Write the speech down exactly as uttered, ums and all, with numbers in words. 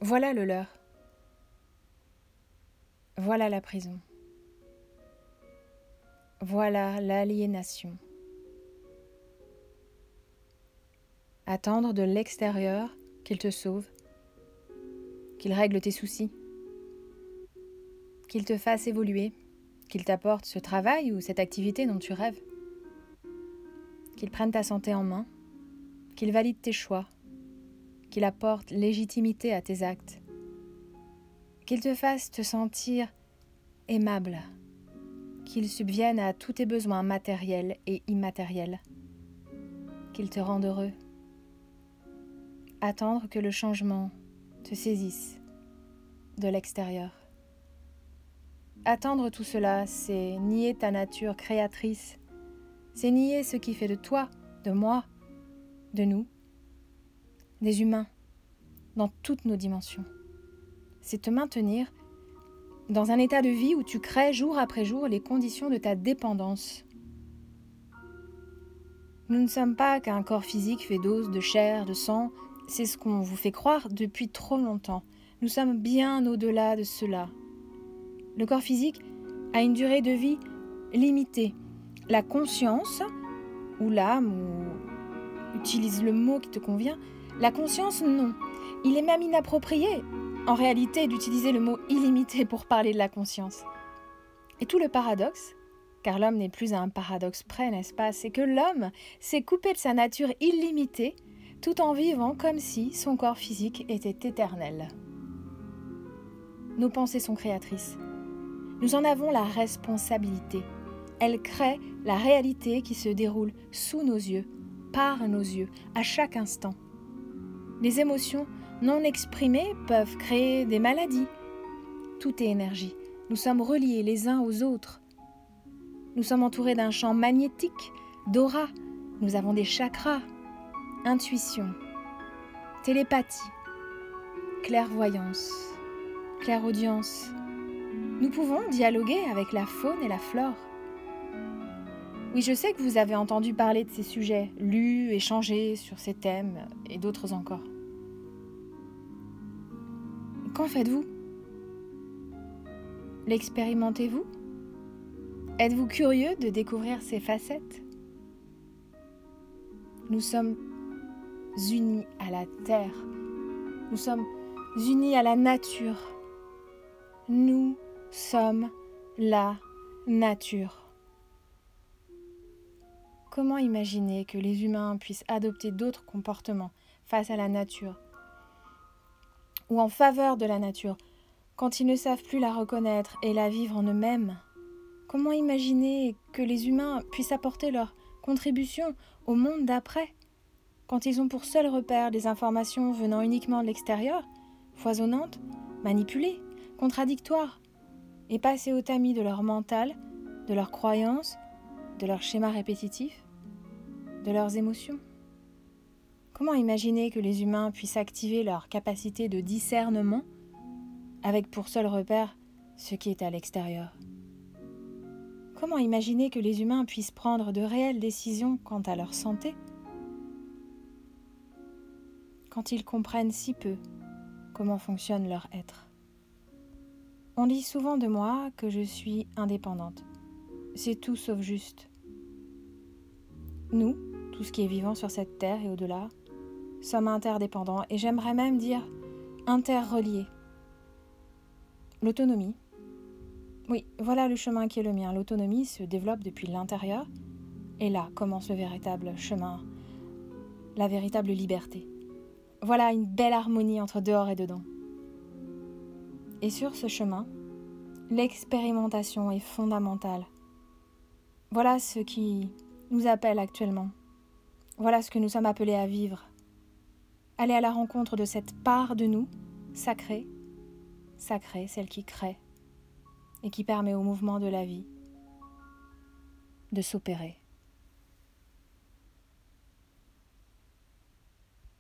Voilà le leur. Voilà la prison. Voilà l'aliénation. Attendre de l'extérieur qu'il te sauve, qu'il règle tes soucis, qu'il te fasse évoluer, qu'il t'apporte ce travail ou cette activité dont tu rêves, qu'il prenne ta santé en main, qu'il valide tes choix, qu'il apporte légitimité à tes actes, qu'il te fasse te sentir aimable, qu'il subvienne à tous tes besoins matériels et immatériels, qu'il te rende heureux. Attendre que le changement te saisisse de l'extérieur. Attendre tout cela, c'est nier ta nature créatrice, c'est nier ce qui fait de toi, de moi, de nous, des humains, dans toutes nos dimensions. C'est te maintenir dans un état de vie où tu crées jour après jour les conditions de ta dépendance. Nous ne sommes pas qu'un corps physique fait d'os, de chair, de sang. C'est ce qu'on vous fait croire depuis trop longtemps. Nous sommes bien au-delà de cela. Le corps physique a une durée de vie limitée. La conscience, ou l'âme, ou utilise le mot qui te convient, la conscience, non. Il est même inapproprié, en réalité, d'utiliser le mot illimité pour parler de la conscience. Et tout le paradoxe, car l'homme n'est plus à un paradoxe près, n'est-ce pas, c'est que l'homme s'est coupé de sa nature illimitée tout en vivant comme si son corps physique était éternel. Nos pensées sont créatrices. Nous en avons la responsabilité. Elles créent la réalité qui se déroule sous nos yeux, par nos yeux, à chaque instant. Les émotions non exprimées peuvent créer des maladies. Tout est énergie. Nous sommes reliés les uns aux autres. Nous sommes entourés d'un champ magnétique, d'aura. Nous avons des chakras, intuition, télépathie, clairvoyance, clairaudience. Nous pouvons dialoguer avec la faune et la flore. Oui, je sais que vous avez entendu parler de ces sujets, lu, échangé sur ces thèmes et d'autres encore. Qu'en faites-vous ? L'expérimentez-vous ? Êtes-vous curieux de découvrir ces facettes ? Nous sommes unis à la terre. Nous sommes unis à la nature. Nous sommes la nature. Comment imaginer que les humains puissent adopter d'autres comportements face à la nature ou en faveur de la nature quand ils ne savent plus la reconnaître et la vivre en eux-mêmes ? Comment imaginer que les humains puissent apporter leur contribution au monde d'après quand ils ont pour seul repère des informations venant uniquement de l'extérieur, foisonnantes, manipulées, contradictoires, et passées au tamis de leur mental, de leurs croyances, de leurs schémas répétitifs, de leurs émotions ? Comment imaginer que les humains puissent activer leur capacité de discernement avec pour seul repère ce qui est à l'extérieur ? Comment imaginer que les humains puissent prendre de réelles décisions quant à leur santé quand ils comprennent si peu comment fonctionne leur être ? On dit souvent de moi que je suis indépendante. C'est tout sauf juste. Nous, tout ce qui est vivant sur cette terre et au-delà, sommes interdépendants et j'aimerais même dire interreliés. L'autonomie. Oui, voilà le chemin qui est le mien. L'autonomie se développe depuis l'intérieur et là commence le véritable chemin, la véritable liberté. Voilà une belle harmonie entre dehors et dedans. Et sur ce chemin, l'expérimentation est fondamentale. Voilà ce qui nous appelle actuellement. Voilà ce que nous sommes appelés à vivre. Aller à la rencontre de cette part de nous, sacrée, sacrée, celle qui crée et qui permet au mouvement de la vie de s'opérer.